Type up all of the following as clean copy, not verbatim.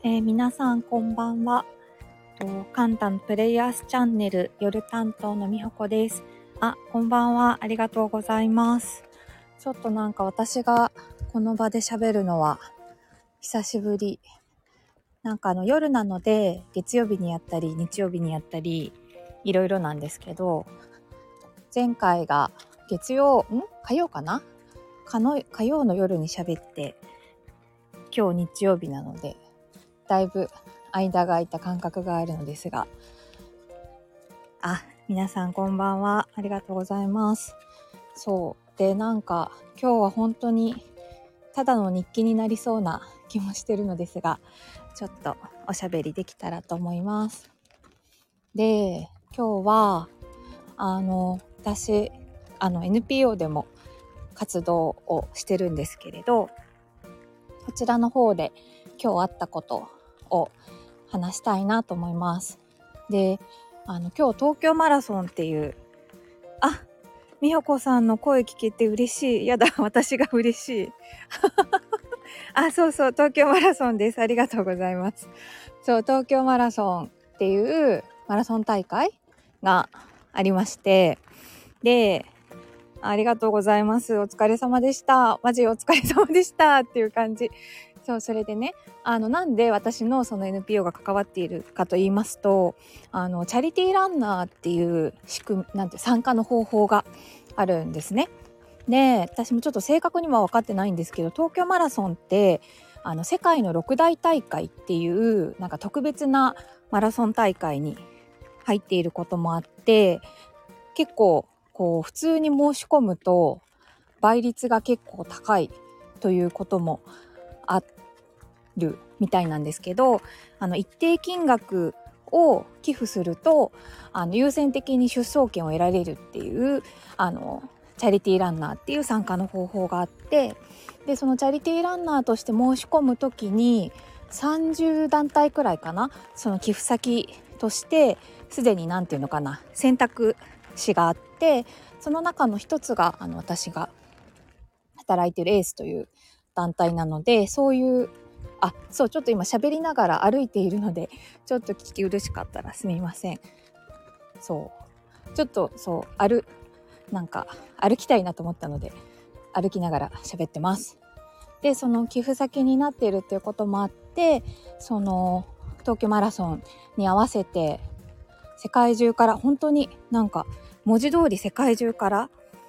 皆さんこんばんは。カンタのプレイヤースチャンネル夜担当のみほこです。こんばんは。ありがとうございます。ちょっとなんか私がこの場で喋るのは久しぶり。なんか夜なので月曜日にやったり日曜日にやったりいろいろなんですけど、前回が火曜かな？火曜の夜に喋って、今日日曜日なのでだいぶ間が空いた感覚があるのですが、皆さんこんばんは。ありがとうございます。そうで、なんか今日は本当にただの日記になりそうな気もしてるのですが、ちょっとおしゃべりできたらと思います。で、今日は私NPO でも活動をしてるんですけれど、こちらの方で今日あったことを話したいなと思います。で、今日東京マラソンっていう、みほこさんの声聞けて嬉しい。やだ、私が嬉しい。そう、東京マラソンです。ありがとうございます。そう、東京マラソンっていうマラソン大会がありまして、で、ありがとうございます。お疲れ様でした。マジお疲れ様でしたっていう感じ。そう、それでね、なんで私のその NPO が関わっているかと言いますと、チャリティーランナーっていう仕組み、参加の方法があるんですね。で、私もちょっと正確には分かってないんですけど、東京マラソンって世界の6大大会っていうなんか特別なマラソン大会に入っていることもあって、結構こう普通に申し込むと倍率が結構高いということもあるみたいなんですけど、一定金額を寄付すると優先的に出走権を得られるっていうチャリティーランナーっていう参加の方法があって、でそのチャリティーランナーとして申し込むときに30団体くらいかな、その寄付先としてすでに選択肢があって、その中の一つが私が働いているエースという団体なので、そういうちょっと今喋りながら歩いているので、ちょっと聞き苦しかったらすみません。ちょっと歩きたいなと思ったので歩きながら喋ってます。で、その寄付先になっているっていうこともあって、その東京マラソンに合わせて世界中から、本当に文字通り世界中から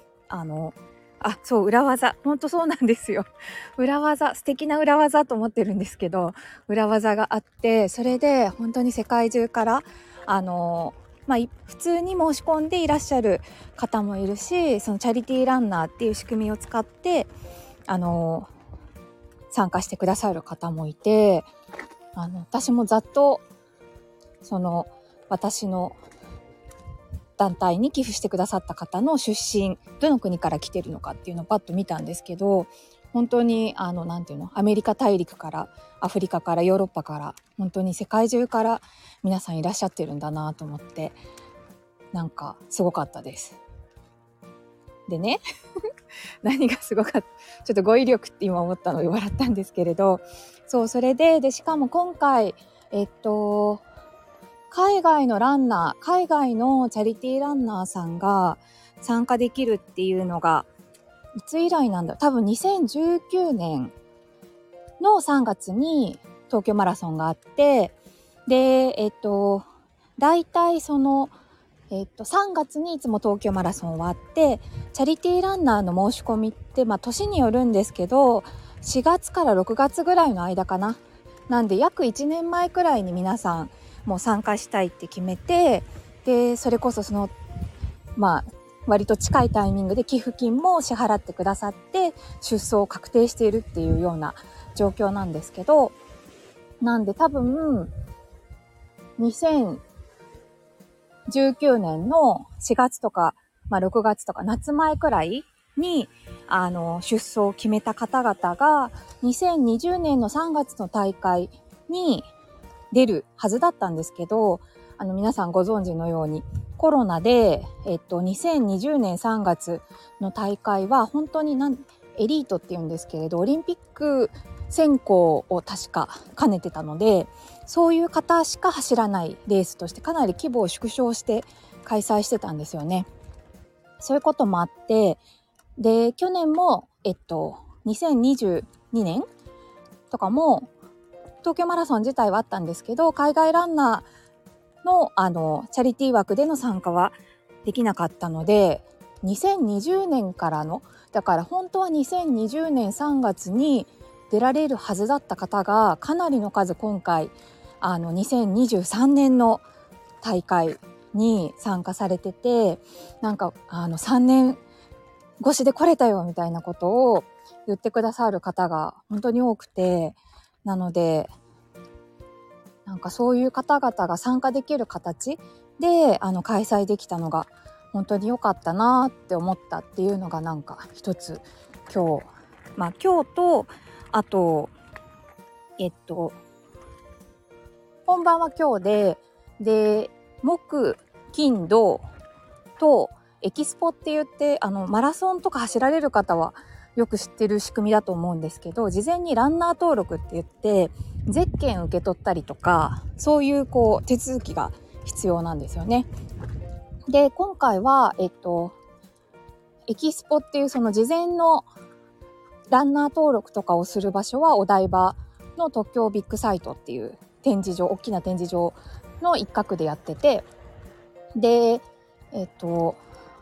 裏技、本当そうなんですよ。裏技、素敵な裏技と思ってるんですけど、裏技があって、それで本当に世界中から普通に申し込んでいらっしゃる方もいるし、そのチャリティーランナーっていう仕組みを使って参加してくださる方もいて、私もざっとその私の団体に寄付してくださった方の出身、どの国から来てるのかっていうのをパッと見たんですけど、本当にアメリカ大陸からアフリカからヨーロッパから、本当に世界中から皆さんいらっしゃってるんだなと思って、すごかったです。でね何がすごかった、ちょっと語彙力って今思ったので笑ったんですけれど、それでしかも今回海外のチャリティーランナーさんが参加できるっていうのがいつ以来なんだ、多分2019年の3月に東京マラソンがあって、でだいたいその3月にいつも東京マラソンはあって、チャリティーランナーの申し込みって年によるんですけど、4月から6月ぐらいの間かな。なんで約1年前くらいに皆さんもう参加したいって決めて、でそれこそ割と近いタイミングで寄付金も支払ってくださって出走を確定しているっていうような状況なんですけど、なんで多分2019年の4月とか、6月とか夏前くらいに出走を決めた方々が2020年の3月の大会に出るはずだったんですけど、皆さんご存知のようにコロナで、2020年3月の大会は本当にエリートっていうんですけれど、オリンピック 1000校を確か兼ねてたので、そういう方しか走らないレースとしてかなり規模を縮小して開催してたんですよね。そういうこともあって、で去年も2022年とかも東京マラソン自体はあったんですけど、海外ランナーのチャリティー枠での参加はできなかったので、2020年からの、だから本当は2020年3月に出られるはずだった方がかなりの数今回2023年の大会に参加されてて、なんか3年越しで来れたよみたいなことを言ってくださる方が本当に多くて、なのでなんかそういう方々が参加できる形で開催できたのが本当に良かったなって思ったっていうのがなんか一つ今日と、あと本番は今日で木金土とエキスポって言ってマラソンとか走られる方はよく知ってる仕組みだと思うんですけど、事前にランナー登録って言ってゼッケン受け取ったりとか、そういう手続きが必要なんですよね。で今回はエキスポっていうその事前のランナー登録とかをする場所はお台場の東京ビッグサイトっていう展示場、大きな展示場の一角でやってて、で今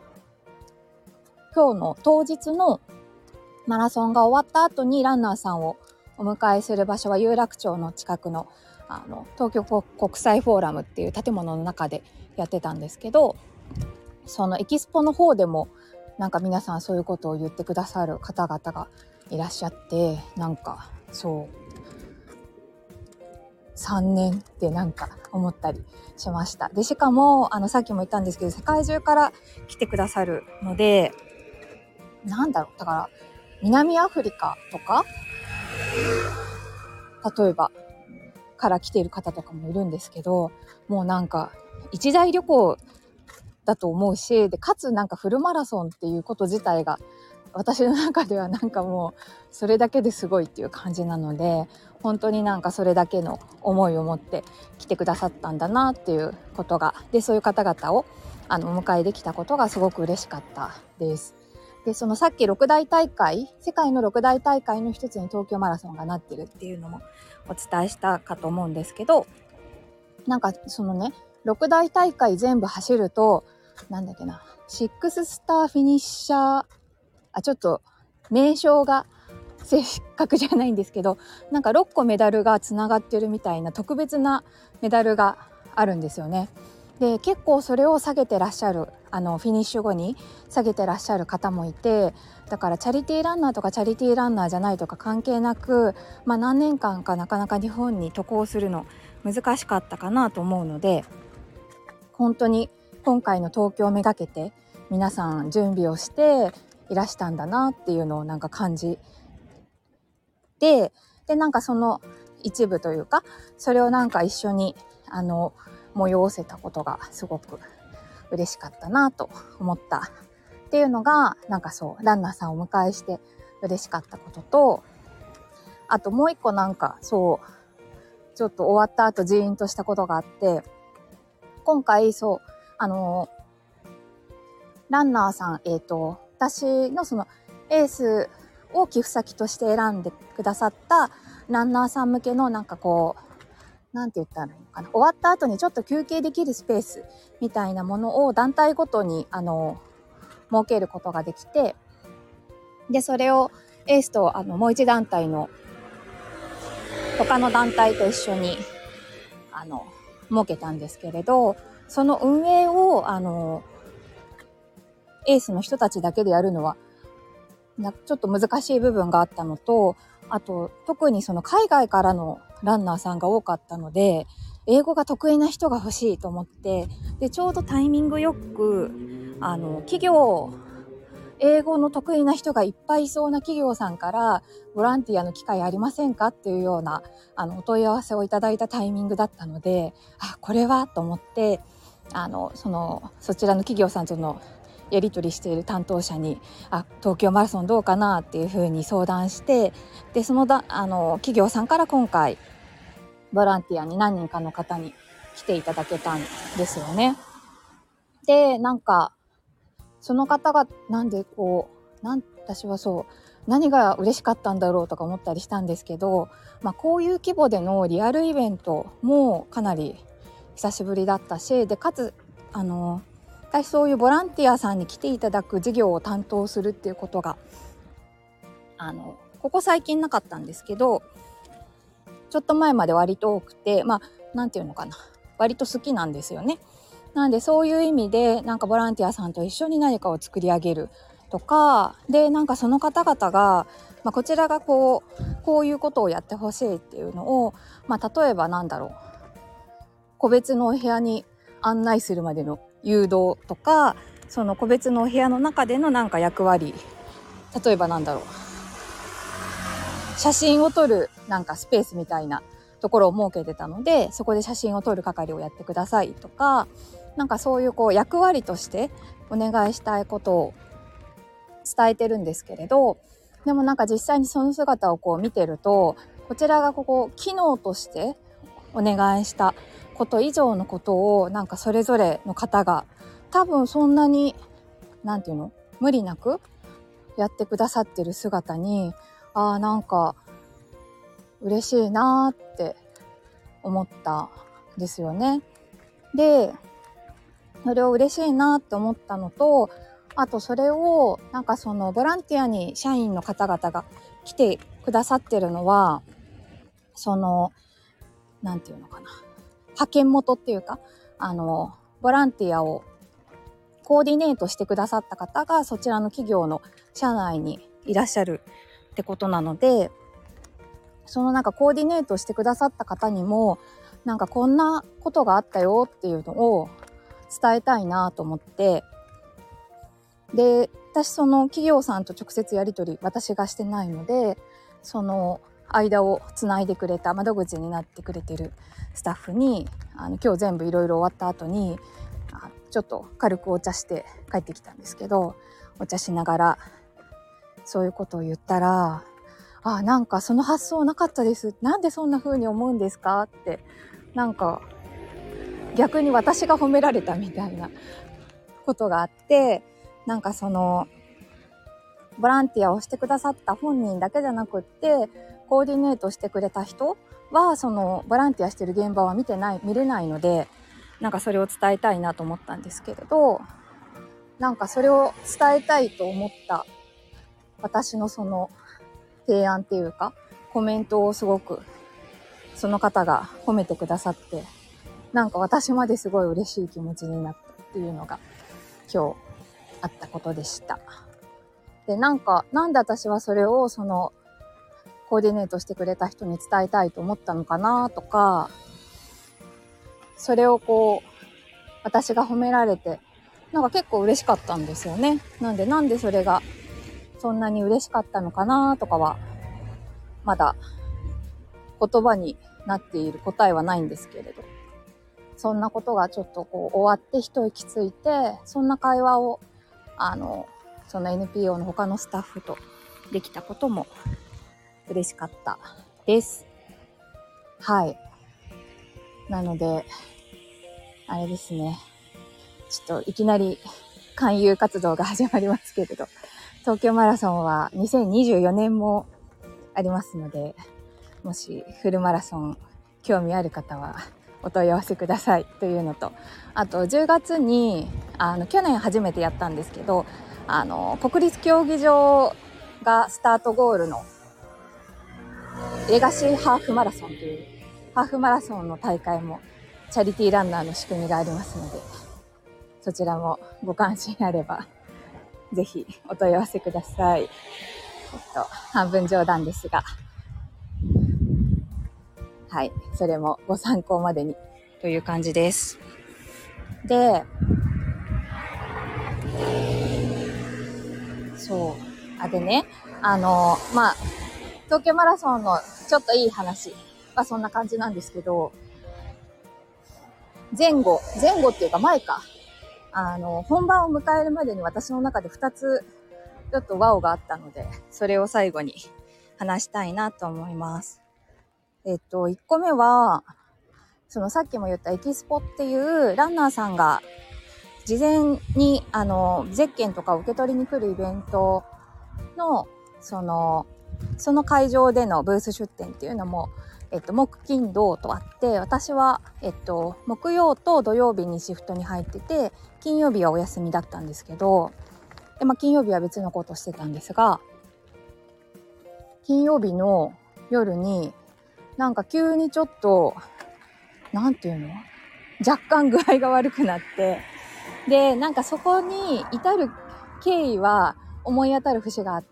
日の当日のマラソンが終わった後にランナーさんをお迎えする場所は有楽町の近くの東京国際フォーラムっていう建物の中でやってたんですけど、そのエキスポの方でもなんか皆さんそういうことを言ってくださる方々がいらっしゃって、なんか3年ってなんか思ったりしました。でしかもさっきも言ったんですけど、世界中から来てくださるので、だから南アフリカとか例えばから来ている方とかもいるんですけど、もうなんか一大旅行だと思うし、でかつなんかフルマラソンっていうこと自体が私の中ではなんかもうそれだけですごいっていう感じなので、本当になんかそれだけの思いを持って来てくださったんだなっていうことが、でそういう方々をお迎えできたことがすごく嬉しかったです。でそのさっき6大大会、世界の6大大会の一つに東京マラソンがなってるっていうのもお伝えしたかと思うんですけど、なんかそのね6大大会全部走ると6スターフィニッシャー、ちょっと名称が正確じゃないんですけど、なんか6個メダルがつながってるみたいな特別なメダルがあるんですよね。で結構それを下げてらっしゃる、フィニッシュ後に下げてらっしゃる方もいて、だからチャリティーランナーとかチャリティーランナーじゃないとか関係なく、何年間かなかなか日本に渡航するの難しかったかなと思うので、本当に今回の東京をめがけて皆さん準備をしていらしたんだなっていうのをなんか感じでなんかその一部というか、それをなんか一緒に催せたことがすごく嬉しかったなと思ったっていうのが、なんかランナーさんをお迎えして嬉しかったことと、あともう一個なんかちょっと終わった後ジーンとしたことがあって、今回ランナーさん私のそのエースを寄付先として選んでくださったランナーさん向けのなんて言ったらいいのかな、終わった後にちょっと休憩できるスペースみたいなものを団体ごとに設けることができて、でそれをエースともう一団体の他の団体と一緒に設けたんですけれど、その運営をエースの人たちだけでやるのはちょっと難しい部分があったのと、あと特にその海外からのランナーさんが多かったので、英語が得意な人が欲しいと思って、でちょうどタイミングよく英語の得意な人がいっぱいいそうな企業さんからボランティアの機会ありませんかっていうようなお問い合わせをいただいたタイミングだったので、これはと思ってそちらの企業さんとのやり取りしている担当者に東京マラソンどうかなっていうふうに相談して、でその企業さんから今回ボランティアに何人かの方に来ていただけたんですよね。でなんかその方が私は何が嬉しかったんだろうとか思ったりしたんですけど、こういう規模でのリアルイベントもかなり久しぶりだったし、でかつ私そういうボランティアさんに来ていただく事業を担当するっていうことがここ最近なかったんですけど、ちょっと前まで割と多くて、なんていうのかな、割と好きなんですよね。なんでそういう意味でなんかボランティアさんと一緒に何かを作り上げるとかで、なんかその方々が、こちらがこういうことをやってほしいっていうのを、例えば個別のお部屋に案内するまでの誘導とか、その個別のお部屋の中でのなんか役割、例えば写真を撮るなんかスペースみたいなところを設けてたので、そこで写真を撮る係をやってくださいとか、なんかそういう役割としてお願いしたいことを伝えてるんですけれど、でもなんか実際にその姿を見てると、こちらが機能としてお願いしたこと以上のことをなんかそれぞれの方が多分そんなに無理なくやってくださってる姿に、なんか嬉しいなって思ったんですよね。でそれを嬉しいなって思ったのと、あとそれをなんかそのボランティアに社員の方々が来てくださってるのは、なんていうのかな、派遣元っていうか、ボランティアをコーディネートしてくださった方がそちらの企業の社内にいらっしゃるってことなので、そのなんかコーディネートしてくださった方にもなんかこんなことがあったよっていうのを伝えたいなと思って、で私その企業さんと直接やり取り私がしてないので、その間をつないでくれた窓口になってくれてるスタッフに今日全部いろいろ終わった後にちょっと軽くお茶して帰ってきたんですけど、お茶しながらそういうことを言ったら、なんかその発想なかったです、なんでそんな風に思うんですかって、なんか逆に私が褒められたみたいなことがあって、なんかそのボランティアをしてくださった本人だけじゃなくって、コーディネートしてくれた人はそのボランティアしてる現場は見れないので、なんかそれを伝えたいなと思ったんですけれど、なんかそれを伝えたいと思った私のその提案っていうかコメントをすごくその方が褒めてくださって、なんか私まですごい嬉しい気持ちになったっていうのが今日あったことでした。でなんで私はそれをそのコーディネートしてくれた人に伝えたいと思ったのかなとか、それを私が褒められてなんか結構嬉しかったんですよね。なんでそれがそんなに嬉しかったのかなとかはまだ言葉になっている答えはないんですけれど、そんなことがちょっと終わって一息ついて、そんな会話をその NPO の他のスタッフとできたことも嬉しかったです。はい。なのであれですね、ちょっといきなり勧誘活動が始まりますけれど、東京マラソンは2024年もありますので、もしフルマラソン興味ある方はお問い合わせくださいというのと、あと10月に去年初めてやったんですけど、国立競技場がスタートゴールのレガシーハーフマラソンというハーフマラソンの大会もチャリティーランナーの仕組みがありますので、そちらもご関心あればぜひお問い合わせください。半分冗談ですが、はい、それもご参考までにという感じです。で、でね、東京マラソンのちょっといい話はそんな感じなんですけど、前後っていうか前か。 本番を迎えるまでに私の中で2つちょっとワオがあったので、それを最後に話したいなと思います。1個目は、そのさっきも言ったエキスポっていうランナーさんが事前にゼッケンとか受け取りに来るイベントのその会場でのブース出展っていうのも、木金土とあって、私は木曜と土曜日にシフトに入ってて、金曜日はお休みだったんですけど、で、金曜日は別のことしてたんですが、金曜日の夜になんか急にちょっとなんていうの、若干具合が悪くなって、でなんかそこに至る経緯は思い当たる節があって、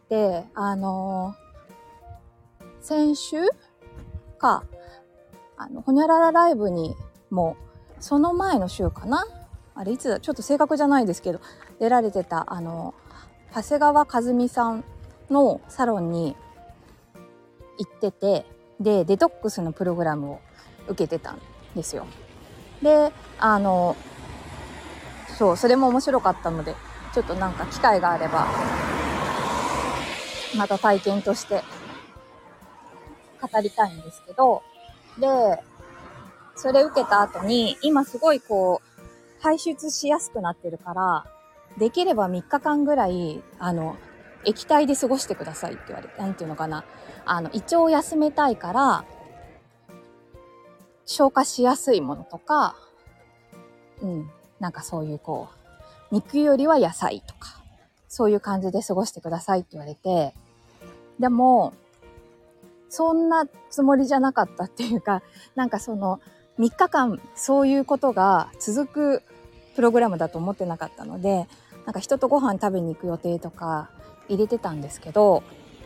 先週かほにゃららライブにもその前の週かな、あれいつだちょっと正確じゃないですけど、出られてた長谷川和美さんのサロンに行ってて、でデトックスのプログラムを受けてたんですよ。でそう、それも面白かったので、ちょっとなんか機会があればまた体験として語りたいんですけど、でそれ受けた後に今すごいこう排出しやすくなってるから、できれば3日間ぐらい液体で過ごしてくださいって言われて、なんていうのかな、胃腸を休めたいから消化しやすいものとか、なんかそういうこう肉よりは野菜とかそういう感じで過ごしてくださいって言われて、でもそんなつもりじゃなかったっていうか、なんかその3日間そういうことが続くプログラムだと思ってなかったので、なんか人とご飯食べに行く予定とか入れてたんですけど、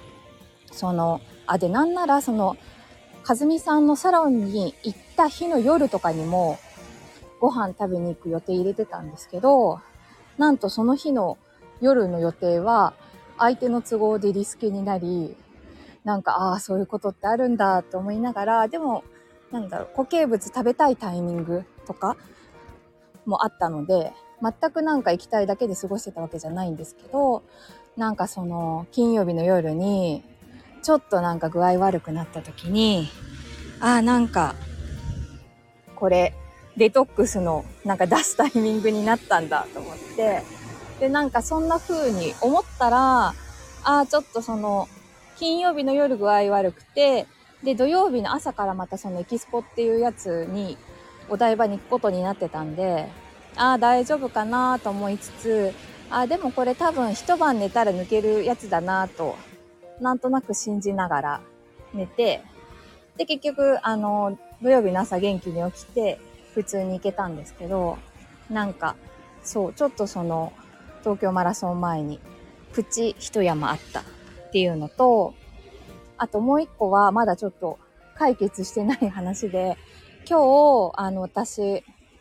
でなんならその和美さんのサロンに行った日の夜とかにもご飯食べに行く予定入れてたんですけど、なんとその日の夜の予定は相手の都合でリスケになり、なんかそういうことってあるんだと思いながら、でもなんだろう、固形物食べたいタイミングとかもあったので、全くなんか液体だけで過ごしてたわけじゃないんですけど、なんかその金曜日の夜にちょっとなんか具合悪くなった時に、なんかこれデトックスのなんか出すタイミングになったんだと思って、でなんかそんな風に思ったら、ちょっとその金曜日の夜具合悪くて、で土曜日の朝からまたそのエキスポっていうやつにお台場に行くことになってたんで、大丈夫かなと思いつつ、でもこれ多分一晩寝たら抜けるやつだなとなんとなく信じながら寝て、で結局土曜日の朝元気に起きて普通に行けたんですけど、なんかそうちょっとその東京マラソン前にプチ一山あったっていうのと、あともう一個はまだちょっと解決してない話で、今日私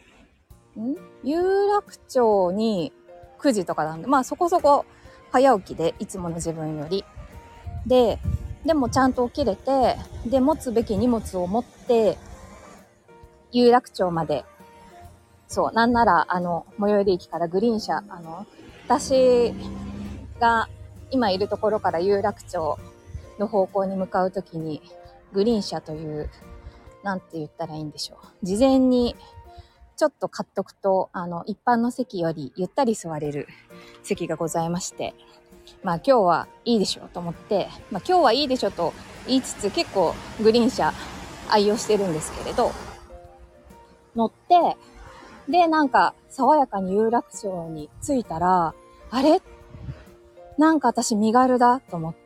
有楽町に9時とかなんで、そこそこ早起きで、いつもの自分よりでもちゃんと起きれて、で持つべき荷物を持って有楽町まで、そうなんなら最寄り駅からグリーン車、私が今いるところから有楽町の方向に向かうときにグリーン車という、なんて言ったらいいんでしょう、事前にちょっと買っとくと一般の席よりゆったり座れる席がございまして、今日はいいでしょうと思って、今日はいいでしょと言いつつ結構グリーン車愛用してるんですけれど、乗ってでなんか爽やかに有楽町に着いたら、あれなんか私身軽だと思って、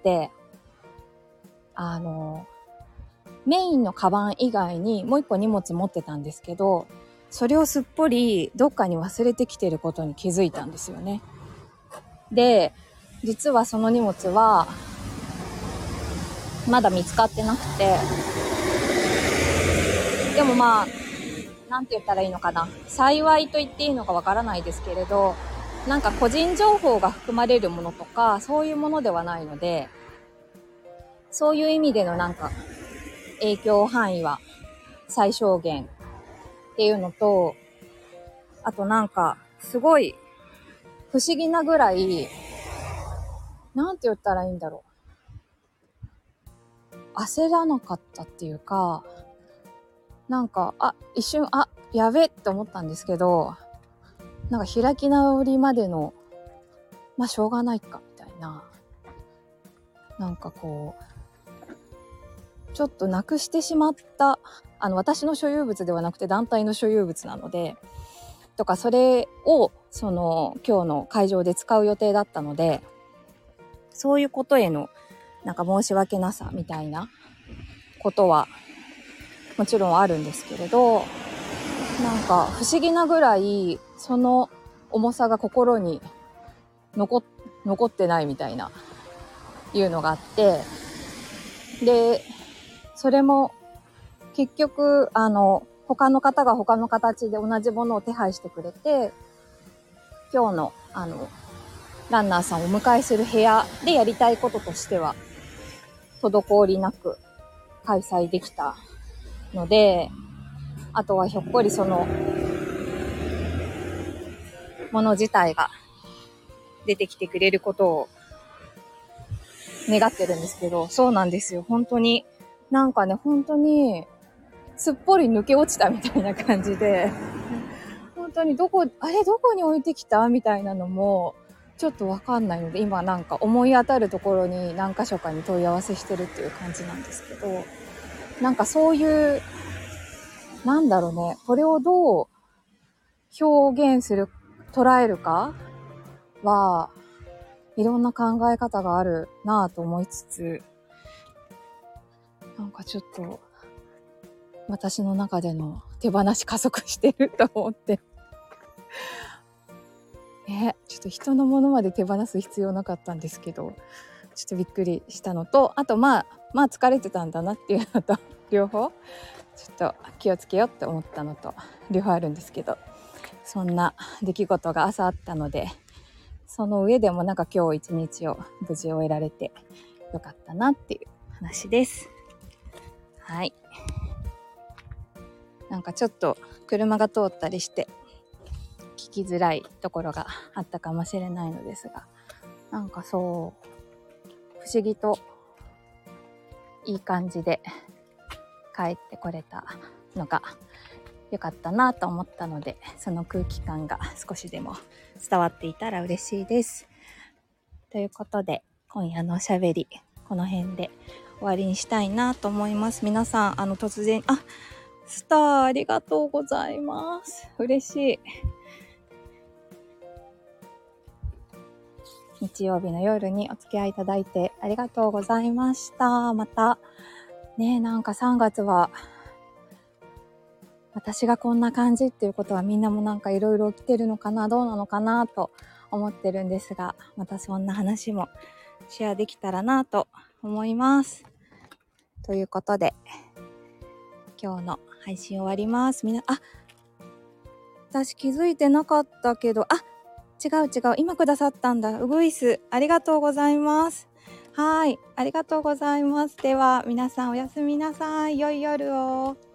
メインのカバン以外にもう一個荷物持ってたんですけど、それをすっぽりどっかに忘れてきてることに気づいたんですよね。で実はその荷物はまだ見つかってなくて、でもなんて言ったらいいのかな、幸いと言っていいのかわからないですけれど、なんか個人情報が含まれるものとかそういうものではないので、そういう意味でのなんか影響範囲は最小限っていうのと、あとなんかすごい不思議なぐらい、なんて言ったらいいんだろう。焦らなかったっていうか、なんか、一瞬、やべって思ったんですけど、なんか開き直りまでの、しょうがないか、みたいな。なんかこう、ちょっとなくしてしまった、私の所有物ではなくて団体の所有物なので、とか、それを、今日の会場で使う予定だったので、そういうことへの、なんか申し訳なさみたいなことは、もちろんあるんですけれど、なんか不思議なぐらい、その重さが心に残ってないみたいな、いうのがあって、で、それも結局、他の方が他の形で同じものを手配してくれて、今日の、ランナーさんをお迎えする部屋でやりたいこととしては、滞りなく開催できたので、あとはひょっこりその、もの自体が出てきてくれることを願ってるんですけど、そうなんですよ。本当に、なんかね、本当に、すっぽり抜け落ちたみたいな感じで、本当にどこに置いてきたみたいなのも、ちょっとわかんないので、今なんか思い当たるところに何箇所かに問い合わせしてるっていう感じなんですけど、なんかそういう、なんだろうね、これをどう表現する、捉えるかは、いろんな考え方があるなぁと思いつつ、なんかちょっと、私の中での手放し加速してると思って。ちょっと人のものまで手放す必要なかったんですけど、ちょっとびっくりしたのと、あと疲れてたんだなっていうのと、両方、ちょっと気をつけようって思ったのと、両方あるんですけど、そんな出来事が朝あったので、その上でもなんか今日一日を無事終えられてよかったなっていう話です。はい。なんかちょっと車が通ったりして聞きづらいところがあったかもしれないのですが、なんかそう、不思議といい感じで帰ってこれたのが良かったなと思ったので、その空気感が少しでも伝わっていたら嬉しいです。ということで、今夜のおしゃべり、この辺で終わりにしたいなと思います。皆さん、突然、スターありがとうございます。嬉しい。日曜日の夜にお付き合いいただいてありがとうございました。また、ね、なんか3月は、私がこんな感じっていうことはみんなもなんかいろいろ起きてるのかな、どうなのかなと思ってるんですが、またそんな話もシェアできたらなと思います。ということで、今日の配信終わります。私気づいてなかったけど、違う、今くださったんだ。ウグイス、ありがとうございます。はい、ありがとうございます。では、皆さんおやすみなさい。良い夜を。